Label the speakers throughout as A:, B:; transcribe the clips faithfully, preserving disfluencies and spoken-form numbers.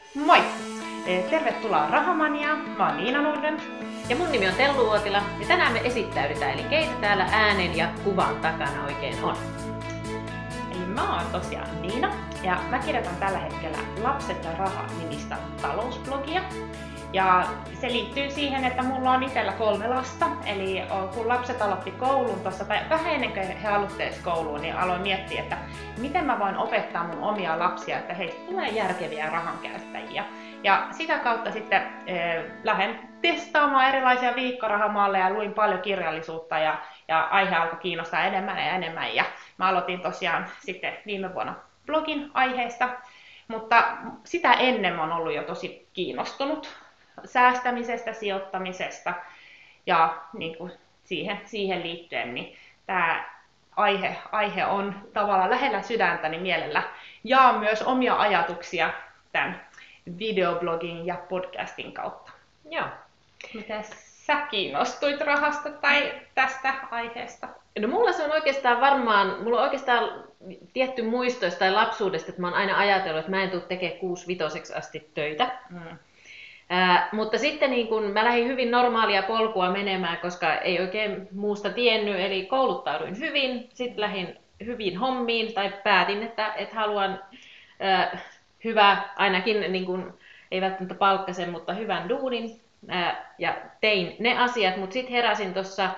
A: Moi! Tervetuloa Rahamaniaan. Mä oon Niina Norden.
B: Ja mun nimi on Tellu Uotila. Ja tänään me esittäydytään, eli keitä täällä äänen ja kuvan takana oikein on.
A: Eli mä oon tosiaan Niina. Ja mä kirjoitan tällä hetkellä Lapset ja raha-nimistä talousblogia. Ja se liittyy siihen, että mulla on itsellä kolme lasta. Eli kun lapset aloitti koulun tuossa, tai vähän ennen kuin he aloitteet kouluun, niin aloin miettiä, että miten mä voin opettaa mun omia lapsia, että heistä tulee järkeviä rahankäyttäjiä. Ja sitä kautta sitten eh, lähden testaamaan erilaisia viikkorahamalleja, luin paljon kirjallisuutta ja, ja aihe alkoi kiinnostaa enemmän ja enemmän. Ja mä aloitin tosiaan sitten viime vuonna blogin aiheesta, mutta sitä ennen mä oon ollut jo tosi kiinnostunut säästämisestä, sijoittamisesta ja niin kuin siihen, siihen liittyen, niin tämä aihe, aihe on tavallaan lähellä sydäntäni mielellä. Jaan myös omia ajatuksia tämän videoblogin ja podcastin kautta.
B: Joo.
A: Miten sä kiinnostuit rahasta tai tästä aiheesta?
B: No mulla se on oikeastaan varmaan, mulla on oikeastaan tietty muistoista tai lapsuudesta, että mä oon aina ajatellut, että mä en tule tekemään kuusivitoseksi asti töitä. Mm. Ää, mutta sitten niin kun mä lähdin hyvin normaalia polkua menemään, koska ei oikein muusta tiennyt, eli kouluttauduin hyvin, sitten lähdin hyvin hommiin tai päätin, että, että haluan ää, hyvää, ainakin niin kun, ei välttämättä palkkasen, mutta hyvän duunin ää, ja tein ne asiat, mutta sitten heräsin tuossa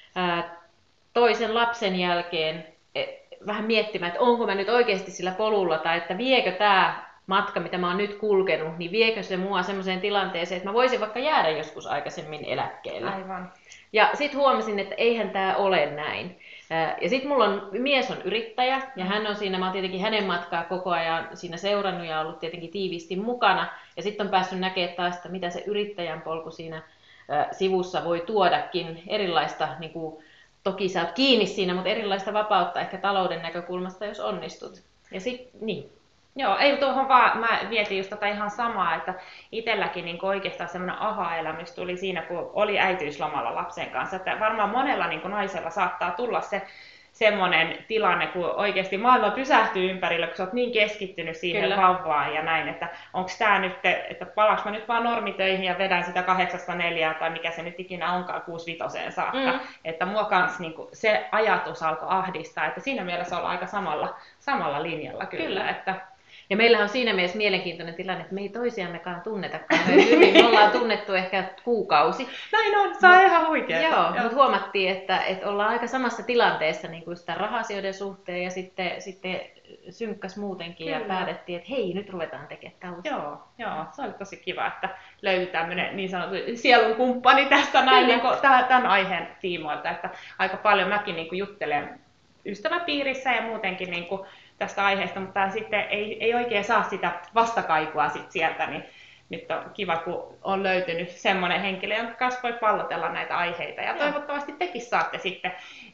B: toisen lapsen jälkeen et, vähän miettimään, että onko mä nyt oikeasti sillä polulla tai että viekö tämä matka, mitä mä oon nyt kulkenut, niin viekö se mua semmoiseen tilanteeseen, että mä voisin vaikka jäädä joskus aikaisemmin eläkkeelle.
A: Aivan.
B: Ja sitten huomasin, että eihän tämä ole näin. Ja sitten mulla on, mies on yrittäjä, ja hän on siinä, mä oon tietenkin hänen matkaa koko ajan siinä seurannut ja ollut tietenkin tiiviisti mukana. Ja sitten on päässyt näkemään taas, että mitä se yrittäjän polku siinä sivussa voi tuodakin erilaista, niin kuin, toki sä oot kiinni siinä, mutta erilaista vapautta ehkä talouden näkökulmasta, jos onnistut. Ja sit, niin.
A: Joo, ei tuohon vaan, mä vietin just tätä ihan samaa, että itselläkin niin oikeastaan semmoinen aha-elämys tuli siinä, kun oli äitiyslomalla lapsen kanssa, että varmaan monella niin naisella saattaa tulla se semmoinen tilanne, kun oikeasti maailma pysähtyy ympärillä, kun sä oot niin keskittynyt siihen Kyllä. vauvaan ja näin, että onko tämä nyt, että palaanko mä nyt vaan normitöihin ja vedän sitä kahdeksasta neljään tai mikä se nyt ikinä onkaan kuusivitoseen saakka, mm. että mua kans niin kuin, se ajatus alkoi ahdistaa, että siinä mielessä ollaan aika samalla, samalla linjalla kyllä,
B: kyllä.
A: Että
B: ja meillä on siinä mielessä mielenkiintoinen tilanne, että me ei toisiammekaan tunneta, kun me hyvin me ollaan tunnettu ehkä kuukausi.
A: Näin on, se on ihan huikeaa.
B: Joo, joo. Mutta huomattiin, että, että ollaan aika samassa tilanteessa niin kuin sitä raha-asioiden suhteen ja sitten, sitten synkkäs muutenkin Kyllä. ja päätettiin, että hei, nyt ruvetaan tekemään tällaista.
A: Joo, joo, se oli tosi kiva, että löytyi tämmöinen niin sanottu sielun kumppani tästä näin, niin kuin, tämän aiheen tiimoilta, että aika paljon mäkin niin kuin juttelen ystäväpiirissä ja muutenkin niin kuin tästä aiheesta, mutta sitten ei, ei oikein saa sitä vastakaikua sit sieltä, niin nyt on kiva, kun on löytynyt semmoinen henkilö, jonka kanssa voi pallotella näitä aiheita. Ja toivottavasti tekin saatte sitten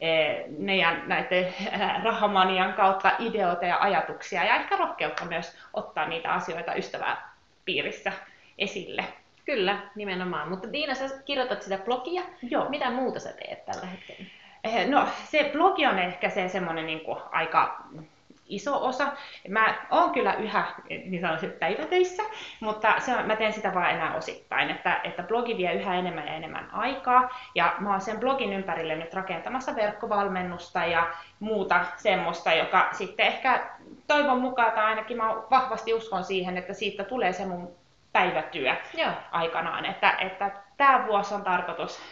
A: meidän näiden rahamanian kautta ideoita ja ajatuksia ja ehkä rohkeutta myös ottaa niitä asioita ystäväpiirissä esille.
B: Kyllä, nimenomaan. Mutta Niina, sä kirjoitat sitä blogia.
A: Joo.
B: Mitä muuta sä teet tällä hetkellä?
A: No se blogi on ehkä se semmoinen niin kuin aika iso osa. Mä oon kyllä yhä niin sanoisin päivätöissä, mutta se on, mä teen sitä vaan enää osittain, että, että blogi vie yhä enemmän ja enemmän aikaa. Ja mä oon sen blogin ympärille nyt rakentamassa verkkovalmennusta ja muuta semmoista, joka sitten ehkä toivon mukaan, tai ainakin mä vahvasti uskon siihen, että siitä tulee se mun päivätyö Joo. aikanaan. Että, että tää vuosi on tarkoitus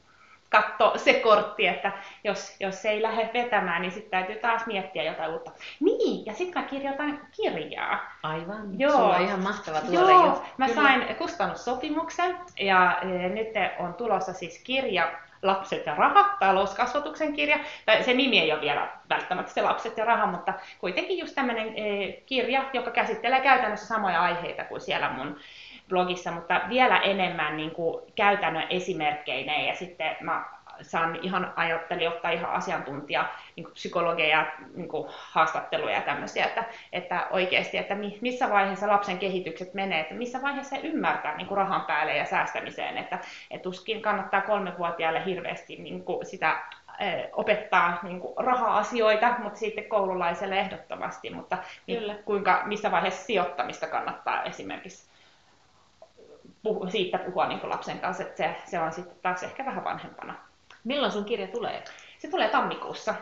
A: katso se kortti, että jos, jos se ei lähde vetämään, niin sitten täytyy taas miettiä jotain uutta. Niin, ja sitten mä kirjoitan kirjaa.
B: Aivan, Joo. Sulla on ihan mahtava tuore
A: Joo,
B: juttu.
A: Mä sain kustannussopimuksen ja e, nyt on tulossa siis kirja Lapset ja raha, talouskasvatuksen kirja. Tai se nimi ei ole vielä välttämättä se Lapset ja raha, mutta kuitenkin just tämmöinen e, kirja, joka käsittelee käytännössä samoja aiheita kuin siellä mun blogissa, mutta vielä enemmän niin kuin käytännön esimerkkeineen ja sitten mä saan ihan ajattelin ottaa ihan asiantuntija niin kuin psykologeja, niin kuin haastatteluja ja tämmöisiä, että, että oikeasti, että missä vaiheessa lapsen kehitykset menee, että missä vaiheessa se ymmärtää niin kuin rahan päälle ja säästämiseen, että et tuskin kannattaa kolmevuotiaalle hirveästi niin kuin sitä opettaa niin kuin raha-asioita, mutta sitten koululaiselle ehdottomasti, mutta niin, kuinka, missä vaiheessa sijoittamista kannattaa esimerkiksi puhu, siitä puhua niin kuin lapsen kanssa, että se, se on sitten taas ehkä vähän vanhempana.
B: Milloin sun kirja tulee?
A: Se tulee tammikuussa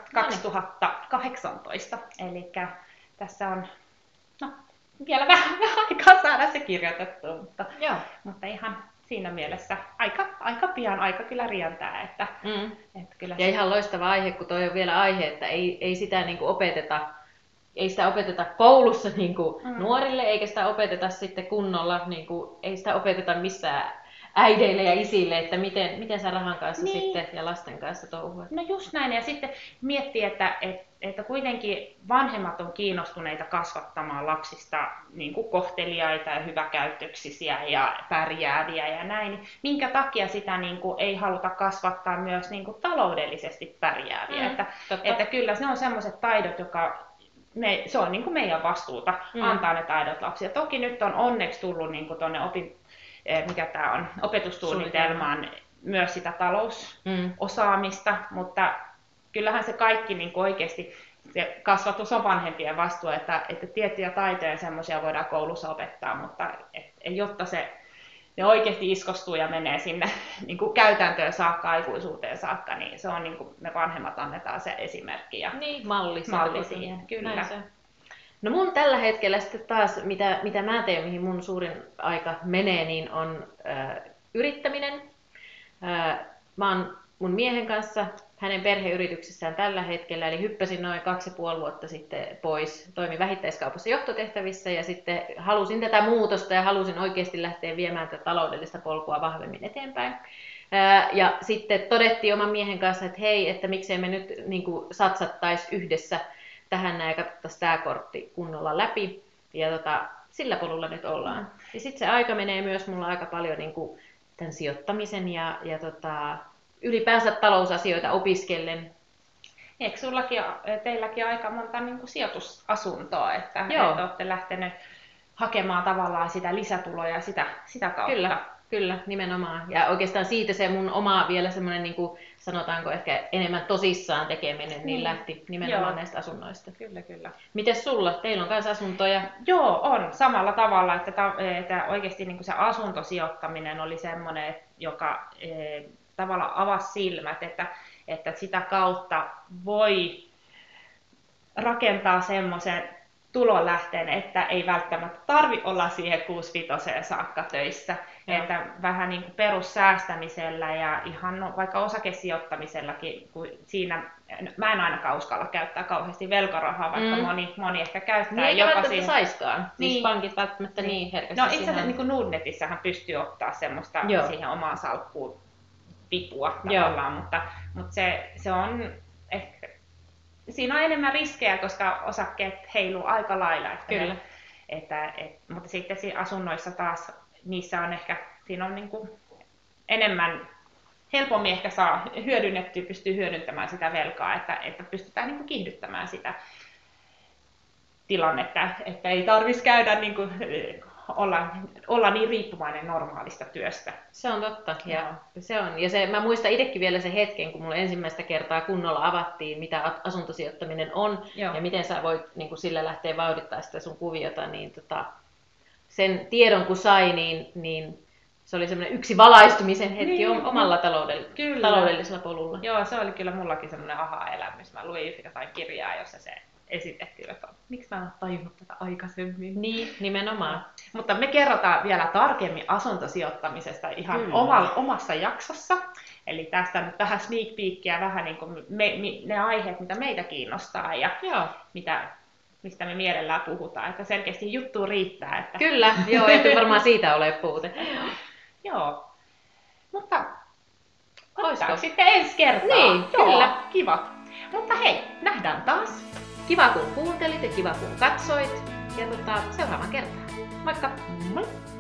A: kaksituhattakahdeksantoista, eli tässä on no, vielä vähän, vähän aikaa saada se kirjoitettua, mutta,
B: Joo.
A: mutta ihan siinä mielessä aika, aika pian aika kyllä rientää. Että,
B: mm.
A: että kyllä
B: ja
A: se...
B: ihan loistava aihe, kun toi on vielä aihe, että ei, ei sitä niin kuin opeteta, ei sitä opeteta koulussa niin kuin mm. nuorille, eikä sitä opeteta sitten kunnolla, niin kuin, ei sitä opeteta missään äideille ja isille, että miten, miten sä rahan kanssa niin. sitten ja lasten kanssa touhuat.
A: No just näin, ja sitten miettii, että, että, että kuitenkin vanhemmat on kiinnostuneita kasvattamaan lapsista niin kuin kohteliaita ja hyväkäyttöksisiä ja pärjääviä ja näin. Minkä takia sitä niin kuin ei haluta kasvattaa myös niin kuin taloudellisesti pärjääviä? Mm, että, että kyllä ne on sellaiset taidot, jotka me, se on niin kuin meidän vastuuta mm. antaa ne taidot lapsille. Toki nyt on onneksi tullut niin kuin tuonne opin mikä tämä on, opetussuunnitelmaan myös sitä talousosaamista, mm. mutta kyllähän se kaikki niin kuin oikeasti, se kasvatus on vanhempien vastuu, että, että tiettyjä taitoja semmoisia voidaan koulussa opettaa, mutta et, jotta se ne oikeasti iskostuu ja menee sinne niin kuin käytäntöön saakka, aikuisuuteen saakka, niin se on niin kuin me vanhemmat annetaan se esimerkki ja
B: niin, malli,
A: malli siihen. Kyllä.
B: No mun tällä hetkellä sitten taas, mitä, mitä mä teen, mihin mun suurin aika menee, niin on äh, yrittäminen. Äh, mä oon mun miehen kanssa hänen perheyrityksessään tällä hetkellä, eli hyppäsin noin kaksi ja puoli vuotta sitten pois. Toimin vähittäiskaupassa johtotehtävissä ja sitten halusin tätä muutosta ja halusin oikeasti lähteä viemään tätä taloudellista polkua vahvemmin eteenpäin. Äh, ja sitten todettiin oman miehen kanssa, että hei, että miksei me nyt niin kuin satsattaisi yhdessä tähän näin ja katsottaisiin tämä kortti kunnolla läpi. Ja tota, sillä polulla nyt ollaan. Ja sitten se aika menee myös mulla aika paljon niin kuin tämän sijoittamisen ja, ja tota, ylipäänsä talousasioita opiskellen.
A: Eikö sullakin, teilläkin aika monta niin kuin sijoitusasuntoa, että, että olette lähteneet hakemaan tavallaan sitä lisätuloja sitä, sitä kautta?
B: Kyllä, kyllä, nimenomaan. Ja oikeastaan siitä se mun oma vielä semmoinen, niin kuin sanotaanko ehkä enemmän tosissaan tekeminen, niin, niin lähti nimenomaan Joo. näistä asunnoista.
A: Kyllä, kyllä.
B: Mites sulla? Teillä on myös asuntoja?
A: Joo, on. Samalla tavalla, että, ta- että oikeasti niin kuin se asuntosijoittaminen oli semmoinen, joka e, tavallaan avasi silmät, että, että sitä kautta voi rakentaa semmoisen tulonlähteen, että ei välttämättä tarvi olla siihen kuusi-vitoseen saakka töissä. Ja. Että vähän niin kuin perussäästämisellä ja ihan no, vaikka osakesijoittamisellakin, kun siinä mä en ainakaan uskalla käyttää kauheasti velkarahaa, vaikka mm. moni, moni ehkä käyttää.
B: Niin
A: jopa
B: välttämättä
A: siihen...
B: saiskaan. Siis
A: niin.
B: pankit välttämättä niin, niin herkästi.
A: No itse asiassa niin kuin Nordnetissähän pystyy ottaa semmoista Joo. siihen omaan salkkuun vipua tavallaan, mutta, mutta se, se on ehkä... Siinä on enemmän riskejä, koska osakkeet heiluu aika lailla. Että
B: Kyllä.
A: Ne, että, et, mutta sitten siinä asunnoissa taas, niissä on ehkä, siinä on niin kuin enemmän, helpommin ehkä saa hyödynnettyä, pystyy hyödyntämään sitä velkaa, että, että pystytään niin kuin kiihdyttämään sitä tilannetta, että ei tarvitsisi käydä niin kuin, olla, olla niin riippuvainen normaalista työstä.
B: Se on totta. Ja, se on. ja se, mä muistan itsekin vielä sen hetken, kun mulle ensimmäistä kertaa kunnolla avattiin, mitä asuntosijoittaminen on Joo. ja miten sä voit niin kuin sillä lähteä vauhdittamaan sitä sun kuviota. Niin tota, sen tiedon kun sai, niin, niin se oli semmoinen yksi valaistumisen hetki niin, omalla taloudell- taloudellisella polulla.
A: Joo, se oli kyllä mullakin semmoinen aha-elämys. Mä luin jotain kirjaa, jossa se esitettiin, että miksi mä en ole tajunnut tätä aikaisemmin.
B: Niin, nimenomaan.
A: Mutta me kerrotaan vielä tarkemmin asuntosijoittamisesta ihan oma, omassa jaksossa. Eli tästä nyt vähän sneak peekia, vähän niin kuin me, me, ne aiheet, mitä meitä kiinnostaa ja
B: Joo.
A: mitä, mistä me mielellään puhutaan. Että selkeästi juttu riittää. Että...
B: Kyllä, joo, ei varmaan siitä ole puute.
A: Joo, mutta olisiko sitten ensi kertaa?
B: Niin,
A: joo,
B: kyllä.
A: Kiva. Mutta hei, nähdään taas.
B: Kiva kun kuuntelit ja kiva kun katsoit. Ja tota, seuraavaan kertaan.
A: Moikka! Moi!